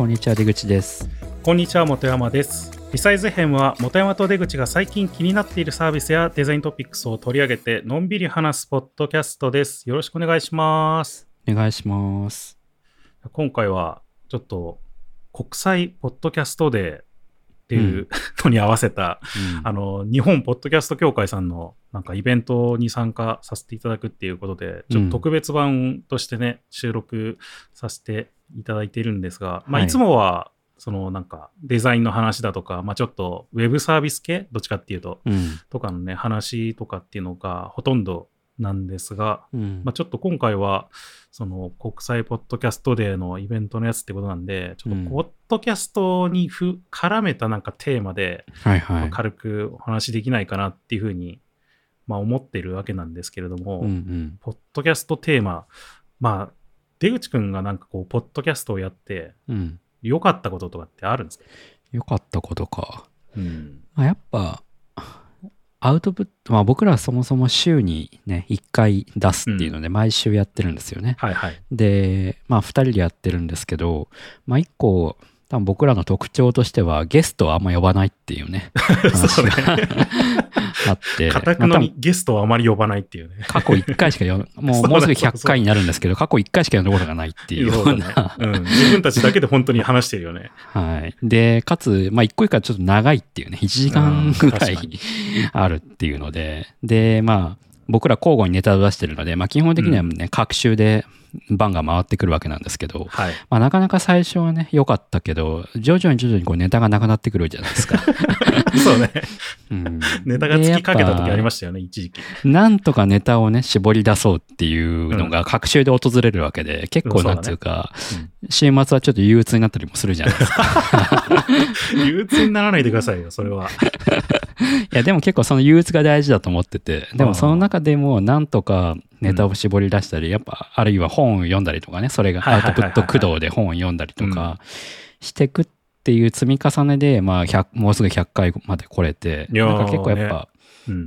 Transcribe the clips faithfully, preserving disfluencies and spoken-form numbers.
こんにちは、出口です。 こんにちは、本山です。リサイズ編は本山と出口が最近気になっているサービスやデザイントピックスを取り上げてのんびり話すポッドキャストです。よろしくお願いします。 お願いします。 今回はちょっと国際ポッドキャストデーっていうのに合わせた、うん、あの日本ポッドキャスト協会さんのなんかイベントに参加させていただくっていうことで、ちょっと特別版としてね、うん、収録させていただいているんですが、まあ、いつもはそのなんかデザインの話だとか、まあ、ちょっとウェブサービス系どっちかっていうと、うん、とかのね話とかっていうのがほとんどなんですが、うんまあ、ちょっと今回はその国際ポッドキャストデーのイベントのやつってことなんで、ちょっとポッドキャストにふ絡めたなんかテーマで、はいはいまあ、軽くお話できないかなっていうふうにまあ思っているわけなんですけれども、うんうん、ポッドキャストテーマ、まあ出口くんがなんかこうポッドキャストをやって良かったこととかってあるんですか？ 良かったことか、うんまあ、やっぱアウトプット、まあ、僕らはそもそも週にねいっかい出すっていうので毎週やってるんですよね、うんはいはい、でまあふたりでやってるんですけど、まあいっこ多分僕らの特徴としてはゲストをあんま呼ばないっていうね話があって固くのにゲストをあまり呼ばないっていうね過去いっかいしか呼もうもうすぐひゃっかいになるんですけど過去いっかいしか呼んだことがないっていうようなう、ねうん、自分たちだけで本当に話してるよねはいでかつまあいっこいっかいちょっと長いっていうねいちじかんぐらいあるっていうのででまあ僕ら交互にネタを出してるので、まあ、基本的にはね、うん、各週で番が回ってくるわけなんですけど、はいまあ、なかなか最初はね良かったけど徐々に徐々にこうネタがなくなってくるじゃないですかそうね、うん、ネタがつきかけた時ありましたよね一時期なんとかネタをね絞り出そうっていうのが各週で訪れるわけで、うん、結構なんていうか、うんねうん、週末はちょっと憂鬱になったりもするじゃないですか憂鬱にならないでくださいよそれはいやでも結構その憂鬱が大事だと思っててでもその中でもなんとかネタを絞り出したり、うん、やっぱあるいは本を読んだりとかねそれがアウトプット駆動で本を読んだりとかしていくっていう積み重ねで、まあ、ひゃくもうすぐひゃっかいまで来れてなんか結構やっぱ、ねうんうん、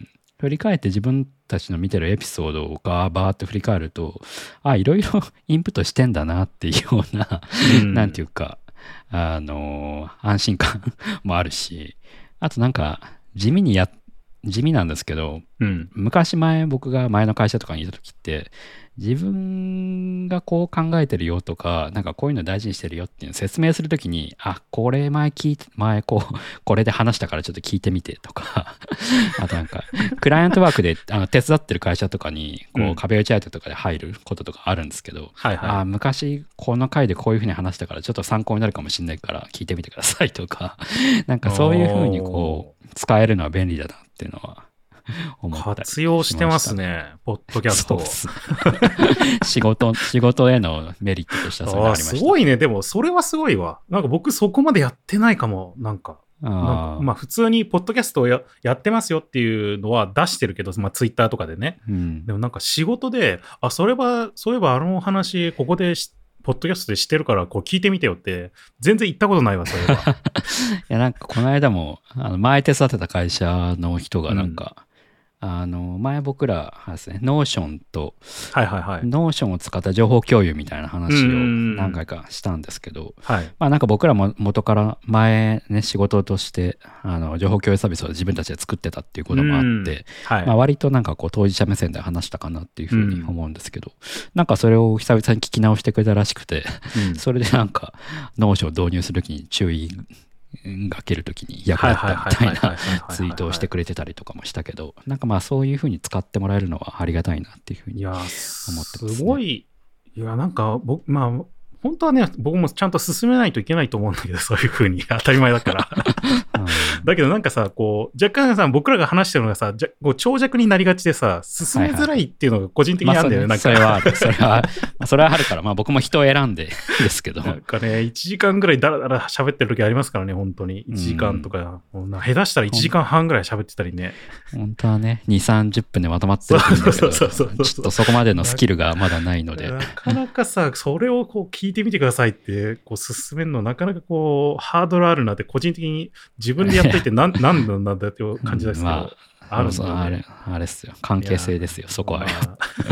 振り返って自分たちの見てるエピソードをガーバーって振り返るとあいろいろインプットしてんだなっていうような、うん、なんていうかあの安心感もあるしあとなんか地味にや地味なんですけど、うん、昔前僕が前の会社とかにいた時って自分がこう考えてるよとかなんかこういうの大事にしてるよっていうのを説明するときにあこれ前聞いて前こうこれで話したからちょっと聞いてみてとかあとなんかクライアントワークであの手伝ってる会社とかにこう、うん、壁打ち相手とかで入ることとかあるんですけど、はいはい、あ昔この回でこういうふうに話したからちょっと参考になるかもしれないから聞いてみてくださいとかなんかそういうふうにこう使えるのは便利だなっていうのは思ったりしました。 活用してますねポッドキャストを仕事仕事へのメリットとしてはそれがありました。 すごいねでもそれはすごいわなんか僕そこまでやってないかもなんかあなんかまあ普通にポッドキャストを や, やってますよっていうのは出してるけど、まあ、ツイッターとかでね、うん、でもなんか仕事であそれはそういえばあの話ここでしポッドキャストでしてるからこう聞いてみてよって全然言ったことないわそれはいやなんかこの間もあの前手伝ってた会社の人がなんか、うん、あの前僕らですねノーションと、はいはいはい、ノーションを使った情報共有みたいな話を何回かしたんですけど、はいまあ、なんか僕らも元から前ね仕事としてあの情報共有サービスを自分たちで作ってたっていうこともあって、はいまあ、割となんかこう当事者目線で話したかなっていうふうに思うんですけど、なんかそれを久々に聞き直してくれたらしくて、うん、それでなんかノーションを導入するときに注意がけるときに役立ったみたいなツイートをしてくれてたりとかもしたけどなんかまあそういうふうに使ってもらえるのはありがたいなっていうふうに思ってますね。 すごいいやなんか僕まあ本当はね僕もちゃんと進めないといけないと思うんだけどそういう風に当たり前だから、うん、だけどなんかさこう若干さ僕らが話してるのがさじゃこう長尺になりがちでさ進めづらいっていうのが個人的にあるんだよね、 はいはいまあ、それはそれはそれはあるからまあ僕も人を選んでですけどなんかねいちじかんぐらいだらだら喋ってる時ありますからね本当にいちじかんとか、うん、もう下手したらいちじかんはんぐらい喋ってたりね本当はねにじゅうさんじゅっぷんでまとまってるんだけどちょっとそこまでのスキルがまだないのでなかなかさそれをこう聞いてみてくださいってこう進めるのなかなかこうハードルあるなって個人的に自分でやっといて何なんなんだっていう感じですけど、まあ、あるんだ、ね、 あれあれですよ関係性ですよそこは、まあ、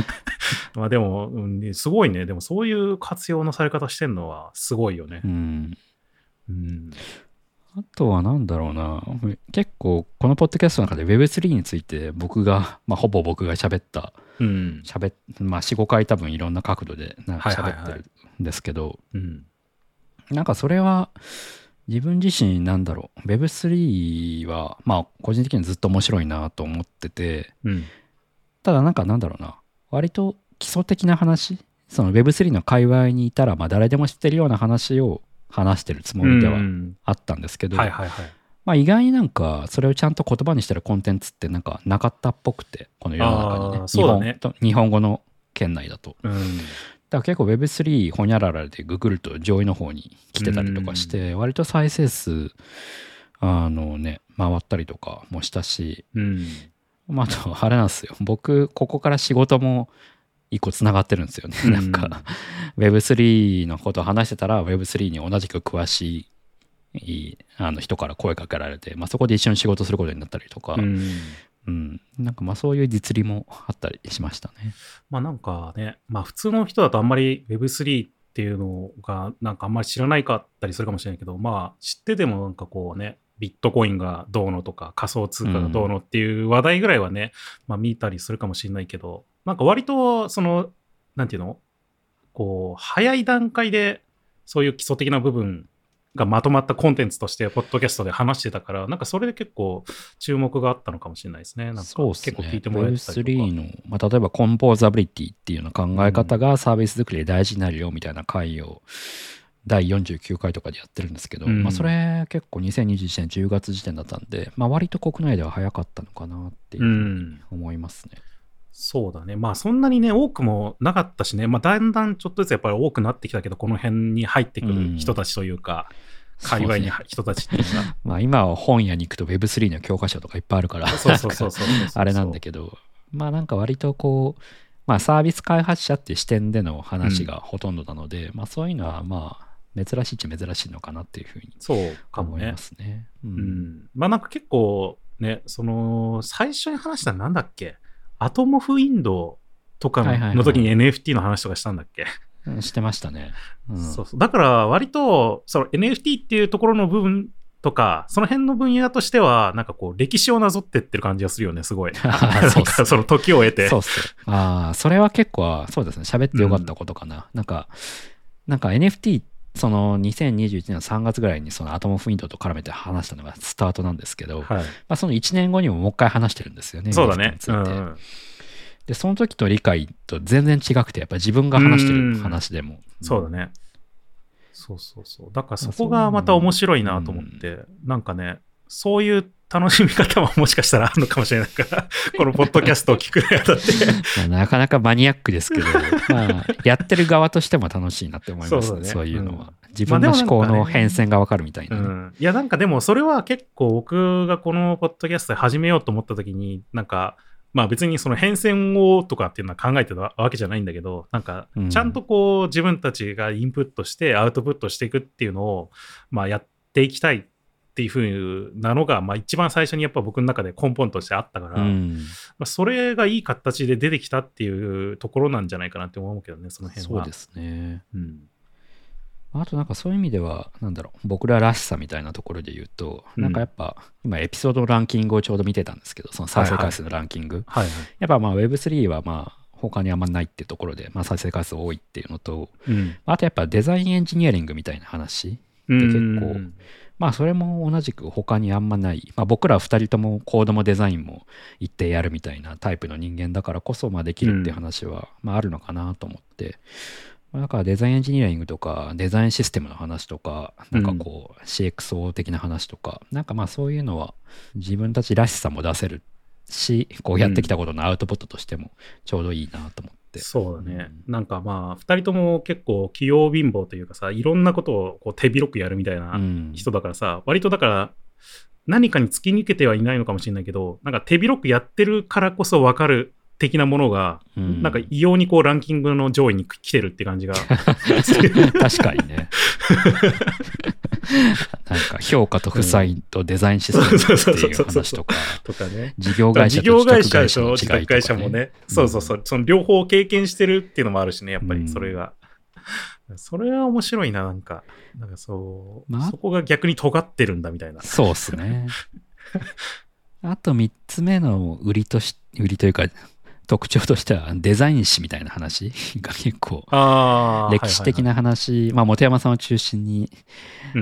まあでも、うん、すごいね。でもそういう活用のされ方してんのはすごいよね。 うん。 うん、 あとはなんだろうな。結構このポッドキャストの中で ウェブスリー について僕が、まあほぼ僕が喋った、 うん、 喋っ、まあよん、ごかい多分いろんな角度でなはいはいはい喋ってるんですけど、 うん、 なんかそれは自分自身なんだろう。ウェブスリー はまあ個人的にずっと面白いなと思ってて、 うん、 ただなんかなんだろうな。割と基礎的な話、その ウェブスリー の界隈にいたらまあ誰でも知ってるような話を話してるつもりではあったんですけど、 はいはいはい。 まあ意外になんかそれをちゃんと言葉にしてるコンテンツってなんかなかったっぽくて、この世の中にね。 そうだね。 日本と日本語の圏内だと。 うん、 だから結構 ウェブスリー ほにゃららでググると上位の方に来てたりとかして、割と再生数あのね回ったりとかもしたし、 うん、 まああとあれなんですよ。僕ここから仕事も一個つながってるんですよね。うん、なんか ウェブスリー のことを話してたら ウェブスリー に同じく詳しいあの人から声かけられて、まあ、そこで一緒に仕事することになったりとか、うんうん、なんかまあそういう実利もあったりしましたね。 まあなんかね、まあ普通の人だとあんまり ウェブスリー っていうのがなんかあんまり知らないかったりするかもしれないけど、まあ知っててもなんかこうね、ビットコインがどうのとか仮想通貨がどうのっていう話題ぐらいはね、うん、まあ見たりするかもしれないけど、なんか割とそのなんていうのこう早い段階でそういう基礎的な部分がまとまったコンテンツとしてポッドキャストで話してたから、なんかそれで結構注目があったのかもしれないですね。なんか結構聞いてもらえてたりとか。 ウェブスリー の、まあ、例えばコンポーザビリティっていうような考え方がサービス作りで大事になるよみたいな回をだいよんじゅうきゅうかいとかでやってるんですけど、うん、まあそれ結構にせんにじゅういちねんじゅうがつ時点だったんで、まあ割と国内では早かったのかなっていうふうに思いますね。うん、 そうだね。まあそんなにね、多くもなかったしね、まあだんだんちょっとずつやっぱり多くなってきたけど、この辺に入ってくる人たちというか、うん、界隈に人たちっていうのが。 まあ今は本屋に行くと ウェブスリー の教科書とかいっぱいあるから、 そうそうそうそうあれなんだけど、まあなんか割とこう、まあサービス開発者っていう視点での話がほとんどなので、うん、まあそういうのはまあ、珍しいっちゃ珍しいのかなっていうふうに思いますね。 う、うんうん、まあなんか結構ね、その最初に話したのなんだっけ、アトモフウィンドウとかの時に エヌエフティー の話とかしたんだっけ、 はいはいはい、してましたね、 うん、そうそう。だから割とその エヌエフティー っていうところの部分とかその辺の分野としてはなんかこう歴史をなぞってってる感じがするよね、すごい。そうかその時を経て。 そうっす。ああ、それは結構そうですね、喋ってよかったことかな。うん、なんかなんか エヌエフティーそのにせんにじゅういちねんのさんがつぐらいにそのアトモフウィンドウと絡めて話したのがスタートなんですけど、はい、まあ、そのいちねんごにももう一回話してるんですよね。 そうだね。 うんうん、でその時と理解と全然違くて、やっぱり自分が話してる話でも、 うん、そうだね。そうそうそう。だからそこがまた面白いなと思って、うん、なんかね、そういう楽しみ方ももしかしたらあるのかもしれないからこのポッドキャストを聞くにあたってなかなかマニアックですけど、まあ、やってる側としても楽しいなって思いますね、そう、ね、そういうのは、うん、自分の思考の変遷が分かるみたいな、ね、 まあ、ね、うん、いやなんかでもそれは結構僕がこのポッドキャストで始めようと思った時になんかまあ別にその変遷をとかっていうのは考えてたわけじゃないんだけど、なんかちゃんとこう自分たちがインプットしてアウトプットしていくっていうのをまあやっていきたいっていう風なのが、まあ、一番最初にやっぱ僕の中で根本としてあったから、うん、まあ、それがいい形で出てきたっていうところなんじゃないかなって思うけどね、その辺は。 そうですね。 うん、 あとなんかそういう意味ではなんだろう、僕ららしさみたいなところで言うと、うん、なんかやっぱ今エピソードのランキングをちょうど見てたんですけど、その再生回数のランキング、 はいはい、 やっぱまあ ウェブスリー はまあ他にあんまないっていうところで、まあ、再生回数多いっていうのと、うん、あとやっぱデザインエンジニアリングみたいな話って結構、うん、まあそれも同じく他にあんまない、まあ、僕らふたりともコードもデザインも一定やるみたいなタイプの人間だからこそまあできるっていう話はまああるのかなと思って、うん、だからデザインエンジニアリングとかデザインシステムの話とかなんかこう シーエックスオー 的な話とか、なんかまあそういうのは自分たちらしさも出せるし、こうやってきたことのアウトプットとしてもちょうどいいなと思って。 そうだね、うん、なんかまあふたりとも結構器用貧乏というかさ、いろんなことをこう手広くやるみたいな人だからさ、うん、割とだから何かに突き抜けてはいないのかもしれないけど、なんか手広くやってるからこそ分かる的なものが、うん、なんか異様にこうランキングの上位に来てるって感じが確かにねなんか評価と負債とデザインシステムっていう話とか、 とかね、 事業会社と自宅会社の違いとか、ね、 自宅会社もね、そうそうそう、その両方経験してるっていうのもあるしね、やっぱりそれが。うん、それは面白いな、なんか。なんかそう、まあ、そこが逆に尖ってるんだみたいな。 そうっすね。あとみっつめの売りとし、売りというか、特徴としてはデザイン誌みたいな話が結構歴史的な話、はいはいはい、まあ本山さんを中心に、うん、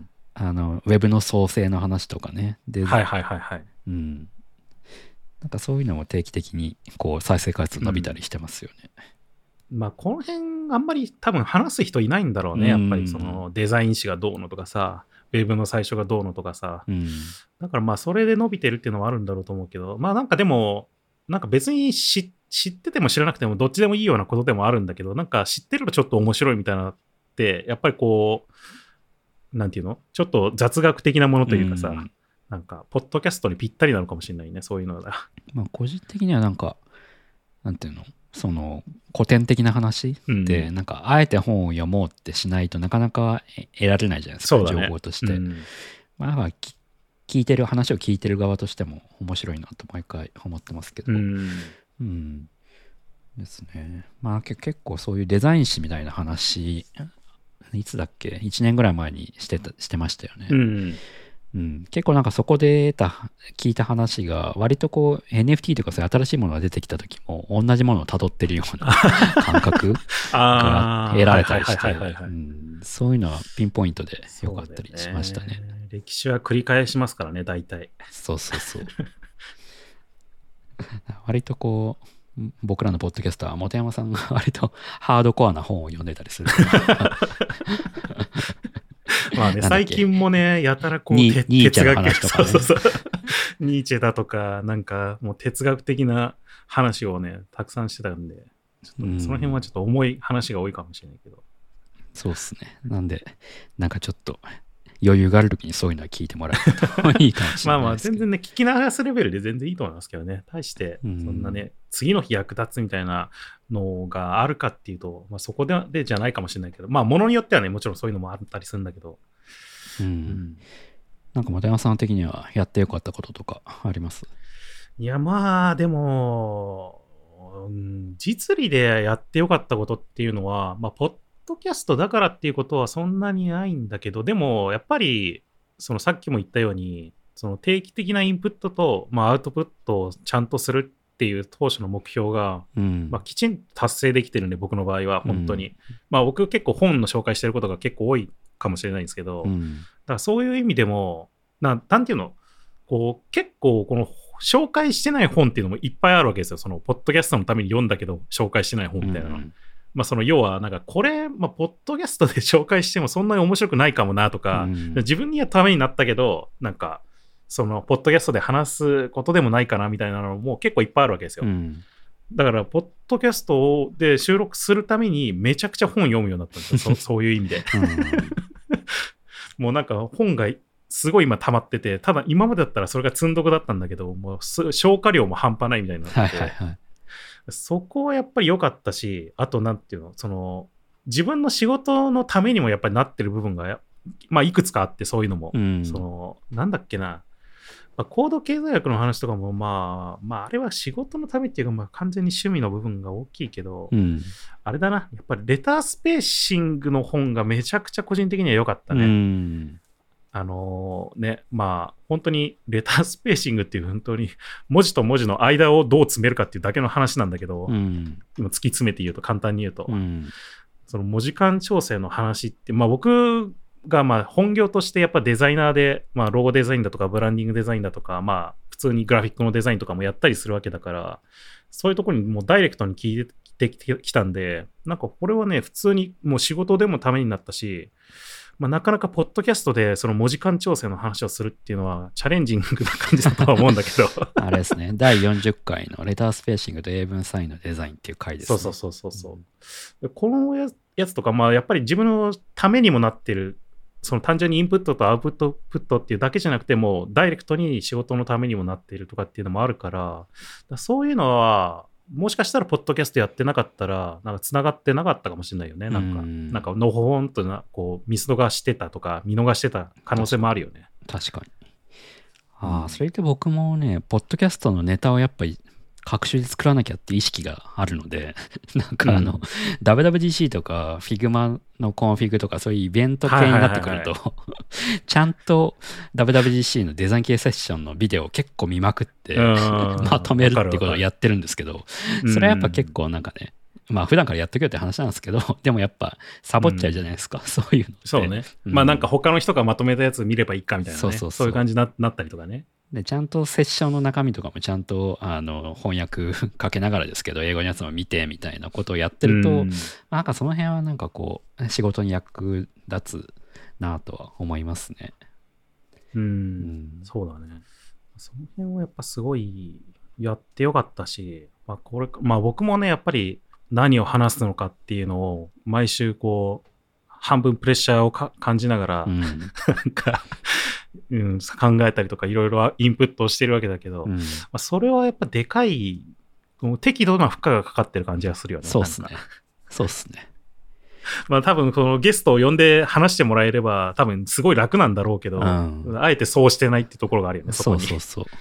あのウェブの創生の話とかね、で、 はいはいはいはい、 うん、なんかそういうのも定期的にこう再生回数伸びたりしてますよね。 うん、まあこの辺あんまり多分話す人いないんだろうね、やっぱりそのデザイン誌がどうのとかさ、ウェブの最初がどうのとかさ、うん、だからまあそれで伸びてるっていうのはあるんだろうと思うけど、まあなんかでもなんか別に知ってても知らなくてもどっちでもいいようなことでもあるんだけど、なんか知ってるとちょっと面白いみたいなってやっぱりこうなんていうの、ちょっと雑学的なものというかさ、うん、なんかポッドキャストにぴったりなのかもしれないね、そういうのが。 まあ個人的にはなんかなんていうの、その古典的な話って、うん、なんかあえて本を読もうってしないとなかなか得られないじゃないですか、ね、情報として。うん、まあ聞いてる話を聞いてる側としても面白いなと毎回思ってますけど、うん、うん、ですね。まあ結構そういうデザイン誌みたいな話いつだっけいちねんぐらい前にしてたしてましたよね、うんうん、結構なんかそこで得た聞いた話が割とこう エヌエフティー とかそういう新しいものが出てきた時も同じものを辿ってるような感覚が得られたりしてそういうのはピンポイントで良かったりしましたね。 歴史は繰り返しますからね、大体。 そうそうそう。割とこう、僕らのポッドキャストは、本山さんが割とハードコアな本を読んでたりする。 まあね、最近もね、やたらこう、 ニーチェの話とか、ね、 そうそうそう。ニーチェだとか、なんかもう哲学的な話をね、たくさんしてたんで、ちょっとその辺はちょっと重い話が多いかもしれないけど。うん、 そうっすね。なんで、なんかちょっと、余裕があるときにそういうのは聞いてもらえるといいかもしれない。 まあまあ全然ね、聞き流すレベルで全然いいと思いますけどね。対して、そんなね、うん、次の日役立つみたいなのがあるかっていうと、まあ、そこででじゃないかもしれないけど、まあものによってはね、もちろんそういうのもあったりするんだけど。 うん。うん、なんか本山さん的にはやってよかったこととかあります？ いやまあでも、うん、実利でやってよかったことっていうのは、まあポッポッドキャストだからっていうことはそんなにないんだけど、でもやっぱりそのさっきも言ったようにその定期的なインプットと、まあ、アウトプットをちゃんとするっていう当初の目標が、うんまあ、きちんと達成できてるんで、僕の場合は本当に、うんまあ、僕結構本の紹介してることが結構多いかもしれないんですけど、うん、だからそういう意味でもななんていうのこう結構この紹介してない本っていうのもいっぱいあるわけですよ。そのポッドキャストのために読んだけど紹介してない本みたいなの、うんまあ、その要はなんかこれ、まあ、ポッドキャストで紹介してもそんなに面白くないかもなとか、うん、自分にはためになったけどなんかそのポッドキャストで話すことでもないかなみたいなのも結構いっぱいあるわけですよ、うん、だからポッドキャストで収録するためにめちゃくちゃ本読むようになったんですよそ, そういう意味で、うん、もうなんか本がすごい今溜まってて、ただ今までだったらそれが積んどくだったんだけどもう消化量も半端ないみたいになってて、はいはいはい、そこはやっぱり良かったし、あとなんていうの、その自分の仕事のためにもやっぱりなってる部分が、まあ、いくつかあって、そういうのも、うん、そのなんだっけな、まあ、高度経済学の話とかも、まあ、まああれは仕事のためっていうか、まあ、完全に趣味の部分が大きいけど、うん、あれだな、やっぱりレタースペーシングの本がめちゃくちゃ個人的には良かったね。うんあのー、ね、まあ本当にレタースペーシングっていう本当に文字と文字の間をどう詰めるかっていうだけの話なんだけど、うん、今突き詰めて言うと簡単に言うと、うん、その文字間調整の話って、まあ僕がまあ本業としてやっぱデザイナーで、まあロゴデザインだとかブランディングデザインだとか、まあ普通にグラフィックのデザインとかもやったりするわけだから、そういうところにもうダイレクトに聞いてきたんで、なんかこれはね、普通にもう仕事でもためになったし、まあ、なかなかポッドキャストでその文字間調整の話をするっていうのはチャレンジングな感じだとは思うんだけどあれですね、だいよんじゅっかいのレタースペーシングと英文サインのデザインっていう回ですね。 そうそうそうそう、うん、このやつとか、まあやっぱり自分のためにもなってる、その単純にインプットとアウトプットっていうだけじゃなくてもダイレクトに仕事のためにもなっているとかっていうのもあるから、だからそういうのはもしかしたらポッドキャストやってなかったらなんか繋がってなかったかもしれないよね。なんかうんなんかのほほんとなこう見逃してたとか見逃してた可能性もあるよね。 確かに。ああ、 うんそれで僕もね、ポッドキャストのネタをやっぱり各種で作らなきゃって意識があるので、なんかあの、 うん、 ダブリューダブリューディーシー とか Figma のコンフィグとかそういうイベント系になってくると、ちゃんと ダブリューダブリューディーシー のデザイン系セッションのビデオを結構見まくってまとめるってことをやってるんですけど、それはやっぱ結構なんかね、まあ普段からやっとけよって話なんですけど、でもやっぱサボっちゃうじゃないですか、うん、そういうのって。 そうね。うん、まあなんか他の人がまとめたやつ見ればいいかみたいなね。そうそうそう。そういう感じに な, なったりとかね。 で、ちゃんとセッションの中身とかもちゃんとあの翻訳かけながらですけど、英語のやつも見てみたいなことをやってると、うん、なんかその辺はなんかこう、仕事に役立つなとは思いますね。 うん、うん、そうだね。その辺はやっぱすごいやってよかったし、まあこれ、まあ僕もね、やっぱり何を話すのかっていうのを毎週こう、半分プレッシャーをか感じながら、うん、なんか、うん、考えたりとかいろいろインプットをしてるわけだけど、うんまあ、それはやっぱでかい適度な負荷がかかってる感じがするよね。 そうっすね。そうっすね。 まあ多分このゲストを呼んで話してもらえれば多分すごい楽なんだろうけど、うん、あえてそうしてないってところがあるよね。そこに。 そうそうそう。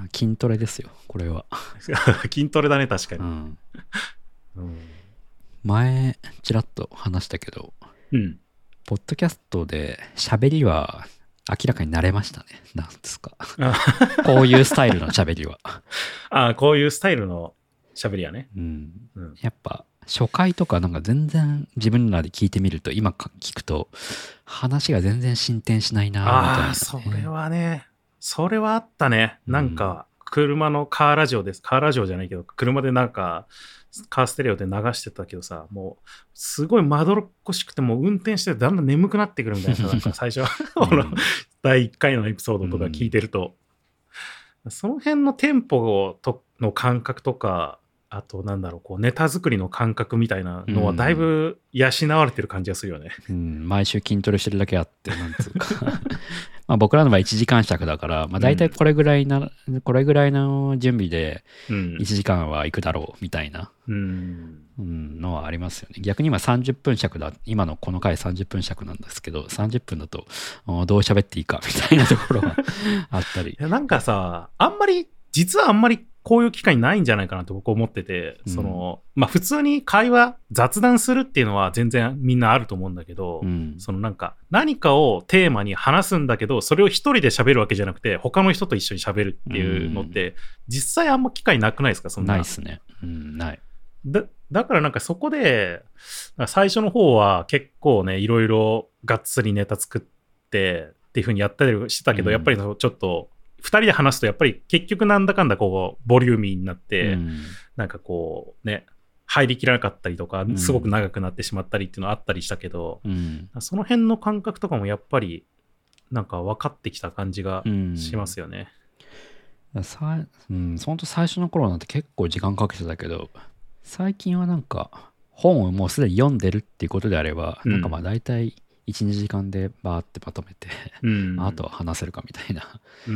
筋トレですよこれは。 筋トレだね確かに。 うんうん、前ちらっと話したけど、うん、ポッドキャストで喋りは明らかに慣れましたね。なんですか。こういうスタイルの喋りは。 ああ、こういうスタイルの喋りはね。 うんうん、やっぱ初回とかなんか全然自分らで聞いてみると、今聞くと話が全然進展しないなみたいな、ね。ああ、 それはね、それはあったね。なんか車のカーラジオです。カーラジオじゃないけど、車でなんか、カーステレオで流してたけどさ、もうすごいまどろっこしくて、もう運転してだんだん眠くなってくるみたいなさ、なんか最初は、うん、だいいっかいのエピソードとか聞いてると、うん、その辺のテンポとの感覚とか、あとなんだろう、こうネタ作りの感覚みたいなのはだいぶ養われてる感じがするよね。 うん、毎週筋トレしてるだけあって、なんつうか。まあ僕らの場合いちじかん尺だから、まあ大体これぐらいな、うん、これぐらいの準備でいちじかんは行くだろうみたいなのはありますよね。逆に今さんじゅっぷん尺だ、今のこの回さんじゅっぷん尺なんですけど、さんじゅっぷんだとどう喋っていいかみたいなところはあったり。 いやなんかさ、あんまり、実はあんまりこういう機会ないんじゃないかなと僕思ってて、うん、そのまあ普通に会話雑談するっていうのは全然みんなあると思うんだけど、うん、そのなんか何かをテーマに話すんだけどそれを一人で喋るわけじゃなくて他の人と一緒に喋るっていうのって、うん、実際あんま機会なくないですか？そんな。 ないですね、うん、ない。 だ, だからなんかそこで最初の方は結構ねいろいろがっつりネタ作ってっていう風にやったりしてたけど、うん、やっぱりちょっとふたりで話すとやっぱり結局なんだかんだこうボリューミーになって、うん、なんかこうね入りきらなかったりとかすごく長くなってしまったりっていうのはあったりしたけど、うん、その辺の感覚とかもやっぱりなんか分かってきた感じがしますよね。 うん、さうん、ほんと最初の頃なんて結構時間かけてたけど最近はなんか本をもうすでに読んでるっていうことであれば、うん、なんかまあ大体いちにじかんでバーってまとめて、うんまあ、あとは話せるかみたいな。 うん、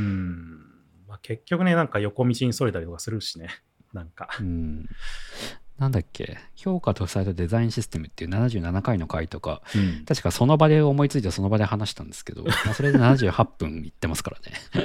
まあ、結局ねなんか横道にそれたりとかするしねなんか、 うん、なんだっけ評価とされたデザインシステムっていうななじゅうななかいの回とか、うん、確かその場で思いついてその場で話したんですけど、まあ、それでななじゅうはっぷんいってますからね。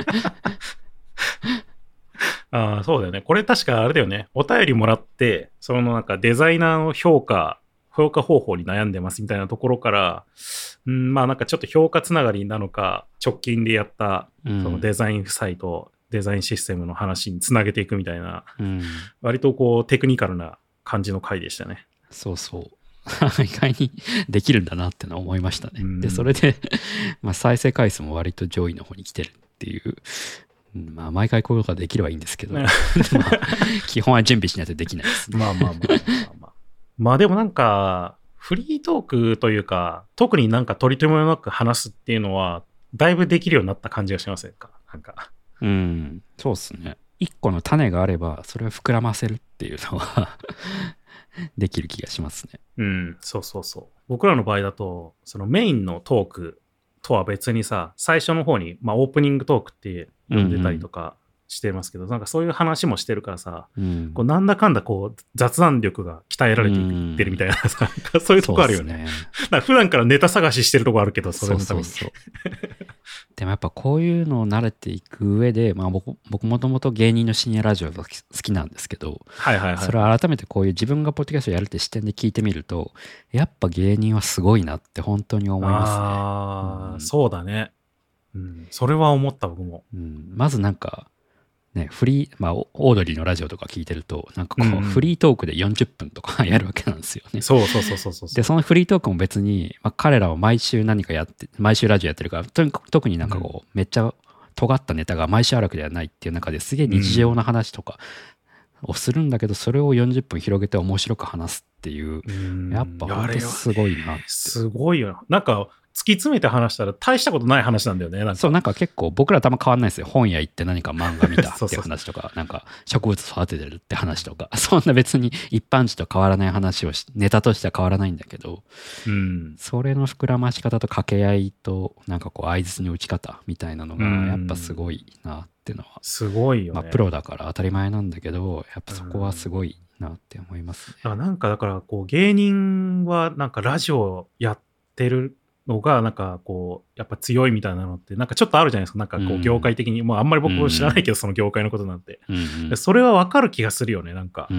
ああそうだよね。これ確かあれだよね。お便りもらってそのなんかデザイナーの評価評価方法に悩んでますみたいなところから、うん、まあなんかちょっと評価つながりなのか直近でやったそのデザインサイト、うん、デザインシステムの話につなげていくみたいな、うん、割とこうテクニカルな感じの回でしたね。 そうそう意外にできるんだなってのは思いましたね、うん、でそれでまあ再生回数も割と上位の方に来てるっていう、まあ毎回こういうことができればいいんですけど、まあ、基本は準備しないとできないですね。 まあまあまあまあまあまあでもなんかフリートークというか特になんか取り留めもなく話すっていうのはだいぶできるようになった感じがしませんか？なんかうんそうですね。一個の種があればそれを膨らませるっていうのはできる気がしますね。 うんそうそうそう。僕らの場合だとそのメインのトークとは別にさ最初の方に、まあ、オープニングトークって呼んでたりとか、 してますけど、なんかそういう話もしてるからさ、 うん、 こうなんだかんだこう雑談力が鍛えられていってるみたいなさ、うん、そういうとこあるよね。なんか普段からネタ探ししてるとこあるけど、それのために。そうそうそうでもやっぱこういうのを慣れていく上で、まあ僕、僕もともと芸人の深夜ラジオが好きなんですけど、 はいはいはい、 それを改めてこういう自分がポッドキャストをやるって視点で聞いてみると、やっぱ芸人はすごいなって本当に思いますね。 ああ、うん、そうだね。うん、それは思った僕も。 うん、まずなんか、ね、フリー、まあ、オードリーのラジオとか聞いてると、なんかこう、うんうん、フリートークでよんじゅっぷんとかやるわけなんですよね。 そうそうそうそうそう。 で、そのフリートークも別に、まあ、彼らは毎週何かやって、毎週ラジオやってるから、と特になんかこう、うん、めっちゃ尖ったネタが毎週あるわけではないっていう中ですげえ日常な話とかをするんだけど、それをよんじゅっぷん広げて面白く話すっていう、うん、やっぱ本当すごいなって。 すごいよ。なんか、突き詰めて話したら大したことない話なんだよね。なんかそう、なんか結構僕らとあんま変わんないですよ。本屋行って何か漫画見たっていう話とか、なんか植物育ててるって話とか、そんな別に一般人と変わらない話をし、ネタとしては変わらないんだけど、 うん、 それの膨らまし方と掛け合いと、なんかこう相槌の打ち方みたいなのが、やっぱすごいなっていうのは、うん、 すごいよね。 まあプロだから当たり前なんだけど、やっぱそこはすごいなって思いますね。 だからなんかだからこう芸人はなんかラジオやってるのがなんかこうやっぱ強いみたいなのってなんかちょっとあるじゃないですか。なんかこう業界的に、うん、もうあんまり僕も知らないけど、うん、その業界のことなんて、うん、それは分かる気がするよね。なんか、うん、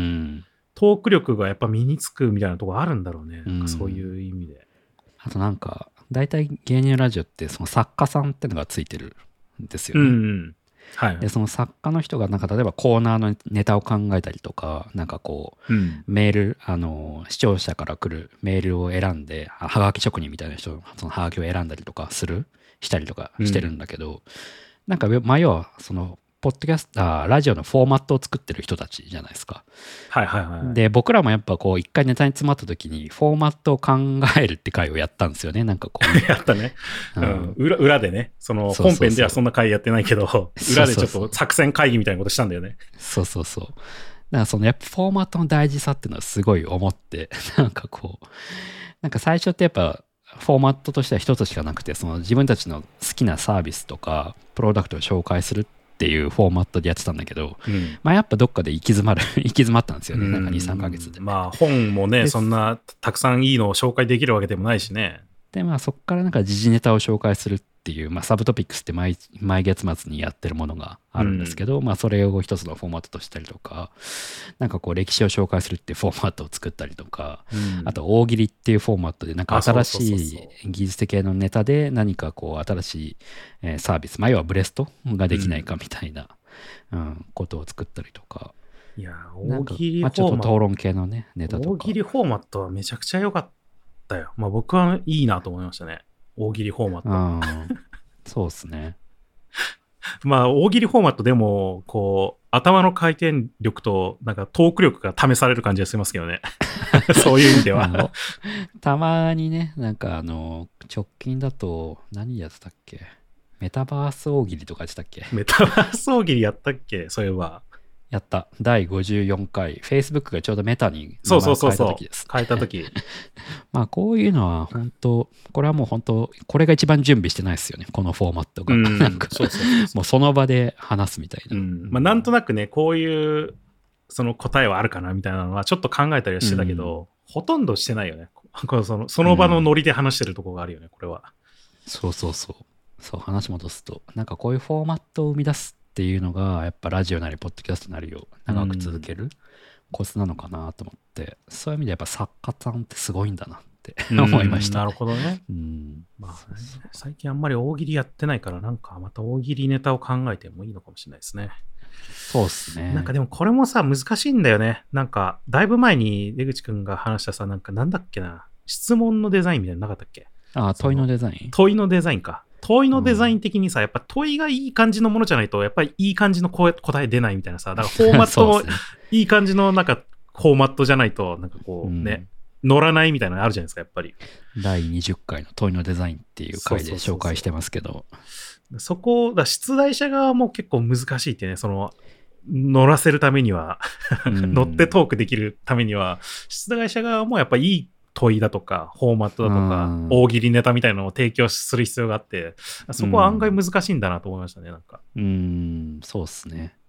トーク力がやっぱ身につくみたいなところあるんだろうね、うん、なんかそういう意味で。 あとなんか大体芸人ラジオってその作家さんってのがついてるんですよね。 うんうんはいはい、 でその作家の人がなんか例えばコーナーのネタを考えたりとかなんかこう、うん、メールあの視聴者から来るメールを選んではがき職人みたいな人そのはがきを選んだりとかするしたりとかしてるんだけど、うん、なんかまあ要はそのポッドキャストあラジオのフォーマットを作ってる人たちじゃないですか。 はいはいはい。 で僕らもやっぱこう一回ネタに詰まった時にフォーマットを考えるって回をやったんですよね。なんかこうやったね、うんうん、裏, 裏でねその本編ではそんな回やってないけどそうそうそう裏でちょっと作戦会議みたいなことしたんだよね。 そうそうそう。だからそのやっぱフォーマットの大事さっていうのはすごい思ってなんかこうなんか最初ってやっぱフォーマットとしては一つしかなくてその自分たちの好きなサービスとかプロダクトを紹介するっていうフォーマットでやってたんだけど、うん、まあやっぱどっかで行き詰まる行き詰まったんですよね、うん、なんかにさんかげつで。 まあ本もねそんなたくさんいいのを紹介できるわけでもないしね。 でまあそこからなんか時事ネタを紹介するっていう、まあ、サブトピックスって 毎, 毎月末にやってるものがあるんですけど、うん、まあそれを一つのフォーマットとしたりとかなんかこう歴史を紹介するっていうフォーマットを作ったりとか、うん、あと大喜利っていうフォーマットでなんか新しい技術的なネタで何かこう新しいサービス、まあ要はブレストができないかみたいな、うんうん、ことを作ったりとか。 いや大喜利フォーマット、まあ、 ちょっと討論系のねネタとか。 大喜利フォーマットはめちゃくちゃ良かったよ。まあ僕はいいなと思いましたね。大喜利フォーマット。 うん、そうっすね。 まあ大喜利フォーマットでもこう頭の回転力となんかトーク力が試される感じがしますけどね。そういう意味では。 たまにねなんかあの直近だと何やってたっけ？メタバース大喜利とかやってたっけ？ メタバース大喜利やったっけ？そういえば。 やっただいごじゅうよんかい Facebook がちょうどメタに名前を変えた時です。 変えた時まあこういうのは本当これはもう本当これが一番準備してないですよねこのフォーマットが。うん、なんかそうそうそうもうその場で話すみたいな、 うんまあ、なんとなくねこういうその答えはあるかなみたいなのはちょっと考えたりはしてたけど、うん、ほとんどしてないよね。そのその場のノリで話してるところがあるよね、うん、これは。 そうそうそうそう話戻すとなんかこういうフォーマットを生み出すっていうのがやっぱラジオなりポッドキャストなりを長く続けるコツなのかなと思って、うん、そういう意味でやっぱ作家さんってすごいんだなって思いました、 ね、なるほどね、うんまあ、最近あんまり大喜利やってないからなんかまた大喜利ネタを考えてもいいのかもしれないですね。 そうっすね。 なんかでもこれもさ難しいんだよね。なんかだいぶ前に出口くんが話したさなんかなんだっけな質問のデザインみたいなのなかったっけ？ ああ問いのデザイン問いのデザインか問いのデザイン的にさ、やっぱ問いがいい感じのものじゃないと、やっぱりいい感じの答え出ないみたいなさ、だからフォーマットもいい感じのなんかフォーマットじゃないと、なんかこうね、うん、乗らないみたいなのあるじゃないですか、やっぱり。 だいにじゅっかいの問いのデザインっていう回で紹介してますけど。 そこ、だ出題者側も結構難しいってね、その、乗らせるためには、乗ってトークできるためには、出題者側もやっぱいい問いだとかフォーマットだとか大喜利ネタみたいなのを提供する必要があってそこは案外難しいんだなと思いましたね。なんかうーんそうっすね。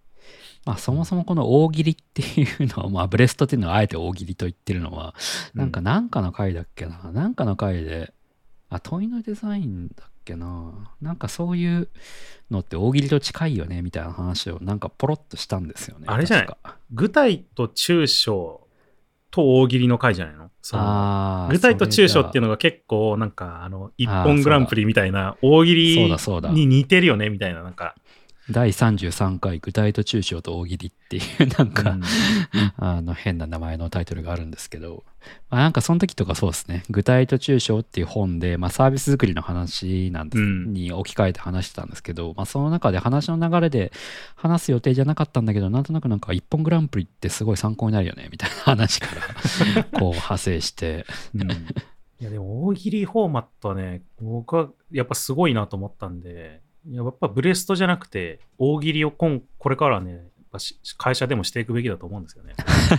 まあ、そもそもこの大喜利っていうのは、まあ、ブレストっていうのはあえて大喜利と言ってるのは、なんかなんかの回だっけな、なんかの回で、あ、問いのデザインだっけな、なんかそういうのって大喜利と近いよねみたいな話をなんかポロッとしたんですよね。 あれじゃない、具体と抽象と大喜利の回じゃないの？そのあ具体と抽象っていうのが結構なんかあの一本グランプリみたいな大喜利に似てるよねみたいな、なんかだいさんじゅうさんかい具体と抽象と大喜利っていうなんか、うん、あの変な名前のタイトルがあるんですけど、まあ、なんかその時とかそうですね、具体と抽象っていう本で、まあ、サービス作りの話なんです、うん、に置き換えて話してたんですけど、まあ、その中で話の流れで話す予定じゃなかったんだけど、なんとなくなんか一本グランプリってすごい参考になるよねみたいな話からこう派生して、 うん、いやでも大喜利フォーマットはね、僕はやっぱすごいなと思ったんで、やっぱブレストじゃなくて大喜利をこれからはね、やっぱ会社でもしていくべきだと思うんですよね。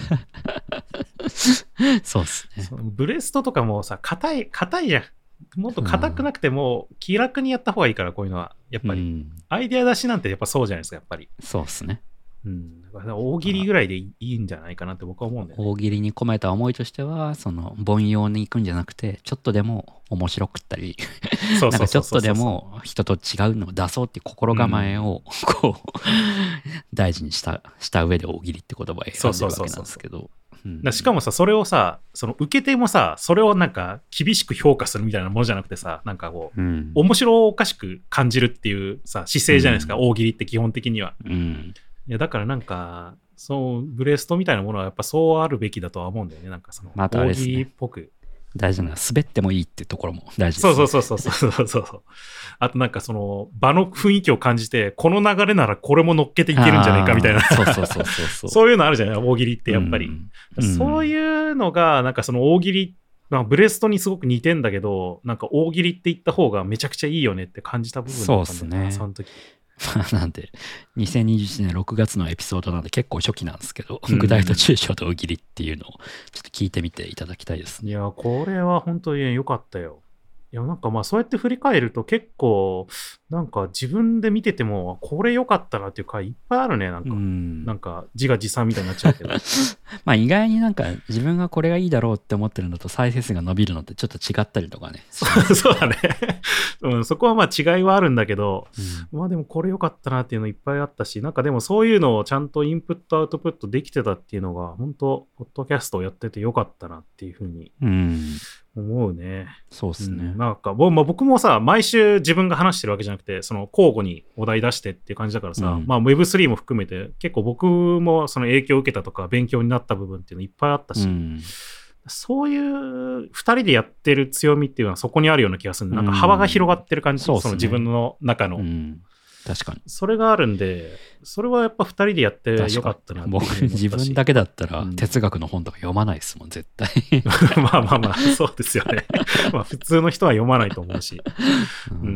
そうっすね。 ブレストとかもさ、硬い硬いじゃん。もっと硬くなくても気楽にやった方がいいから、こういうのはやっぱり、うん、アイデア出しなんてやっぱそうじゃないですか、やっぱり。 そうっすね。 うん、だから大喜利ぐらいでいいんじゃないかなって僕は思うんだよね。 大喜利に込めた思いとしては、その凡庸に行くんじゃなくて、ちょっとでも面白くったり、なんかちょっとでも人と違うのを出そうっていう心構えをこう大事にしたした上で大喜利って言葉を選んでるわけなんですけど。 しかもさ、それをさ、その受け手もさ、それをなんか厳しく評価するみたいなものじゃなくてさ、なんかこう、うん、面白おかしく感じるっていうさ姿勢じゃないですか、うん、大喜利って基本的には。うんいやだからなんかそうブレストみたいなものはやっぱそうあるべきだとは思うんだよね。なんかその大喜利っぽく、 大事な滑ってもいいっていうところも大事です、 ね、そうそうそうそうそうそうあとなんかその場の雰囲気を感じて、この流れならこれも乗っけていけるんじゃないかみたいなそうそうそうそうそうそういうのあるじゃない大喜利ってやっぱり、うん、そういうのがなんかその大喜利、まあ、ブレストにすごく似てんだけど、なんか大喜利って言った方がめちゃくちゃいいよねって感じた部分だったんだよな。そうですね、その時なんでにせんにじゅういちねんろくがつのエピソードなんで結構初期なんですけど、うん、具体と抽象と大喜利っていうのをちょっと聞いてみていただきたいですね。 いやこれは本当に良かったよ。いやなんかまあそうやって振り返ると結構なんか自分で見ててもこれ良かったなっていう回いっぱいあるね。なんか、うん、なんか自画自賛みたいになっちゃうけどまあ意外になんか自分がこれがいいだろうって思ってるのと再生数が伸びるのってちょっと違ったりとかねそうだね、うん、そこはまあ違いはあるんだけど、うん、まあでもこれ良かったなっていうのいっぱいあったし、なんかでもそういうのをちゃんとインプットアウトプットできてたっていうのが本当ポッドキャストをやってて良かったなっていうふうに、うん思うね。 そうですね、 うん、なんか、まあ、僕もさ毎週自分が話してるわけじゃなくて、その交互にお題出してっていう感じだからさ、うん、まあ ウェブスリー も含めて結構僕もその影響を受けたとか勉強になった部分っていうのいっぱいあったし、うん、そういうふたりでやってる強みっていうのはそこにあるような気がする。なんか幅が広がってる感じ、うん、その自分の中の、うん、 確かにそれがあるんで、それはやっぱふたりでやってよかったなって僕自分だけだったら哲学の本とか読まないですもん、絶対まあまあまあそうですよねまあ普通の人は読まないと思うし、うん、うん、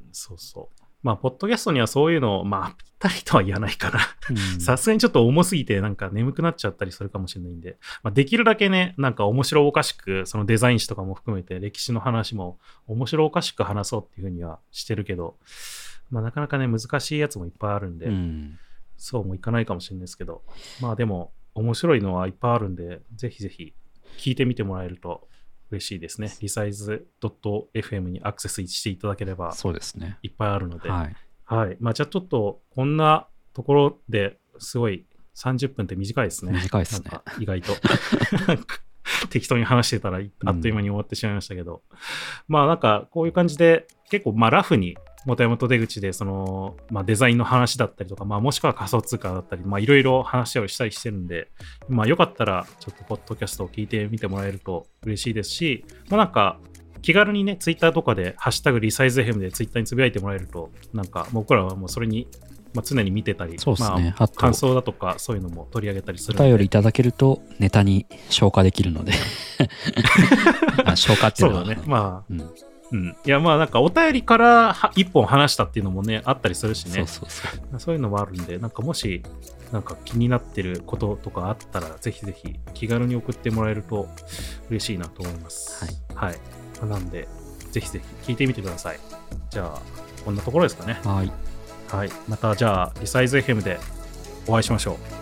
そうそうまあポッドキャストにはそういうのまあぴったりとは言わないかなさすがにちょっと重すぎてなんか眠くなっちゃったりするかもしれないんで、まあ、できるだけねなんか面白おかしくそのデザイン誌とかも含めて歴史の話も面白おかしく話そうっていうふうにはしてるけど、まあ、なかなかね難しいやつもいっぱいあるんで、うん、そうもいかないかもしれないですけど、まあでも面白いのはいっぱいあるんで、ぜひぜひ聞いてみてもらえると嬉しいですね。リサイズ .fm にアクセスしていただければそうですね、 いっぱいあるので、 はい、 はい、まあじゃあちょっとこんなところですごいさんじゅっぷんって短いですね。 短いですね。 なんか意外と適当に話してたらあっという間に終わってしまいましたけど、うん、まあなんかこういう感じで結構まあラフに元山と出口でその、まあ、デザインの話だったりとか、まあ、もしくは仮想通貨だったり、まあいろいろ話をしたりしてるんで、まあよかったらちょっとポッドキャストを聞いてみてもらえると嬉しいですし、まあなんか気軽にねツイッターとかでハッシュタグリサイズ エフエム でツイッターにつぶやいてもらえると、なんか僕らはもうそれにまあ、常に見てたり、 そうですね、 まあ、感想だとかそういうのも取り上げたりするので、 お便りいただけるとネタに消化できるので消化っていうのはそうだね、まあ、うんうん、いやまあなんかお便りから一本話したっていうのもねあったりするしね、 そうそうそう、 そういうのもあるんで、なんかもしなんか気になってることとかあったらぜひぜひ気軽に送ってもらえると嬉しいなと思います。はい、はい、なんでぜひぜひ聞いてみてください。じゃあこんなところですかね。 はい、 はい、またじゃあリサイズ エフエム でお会いしましょう。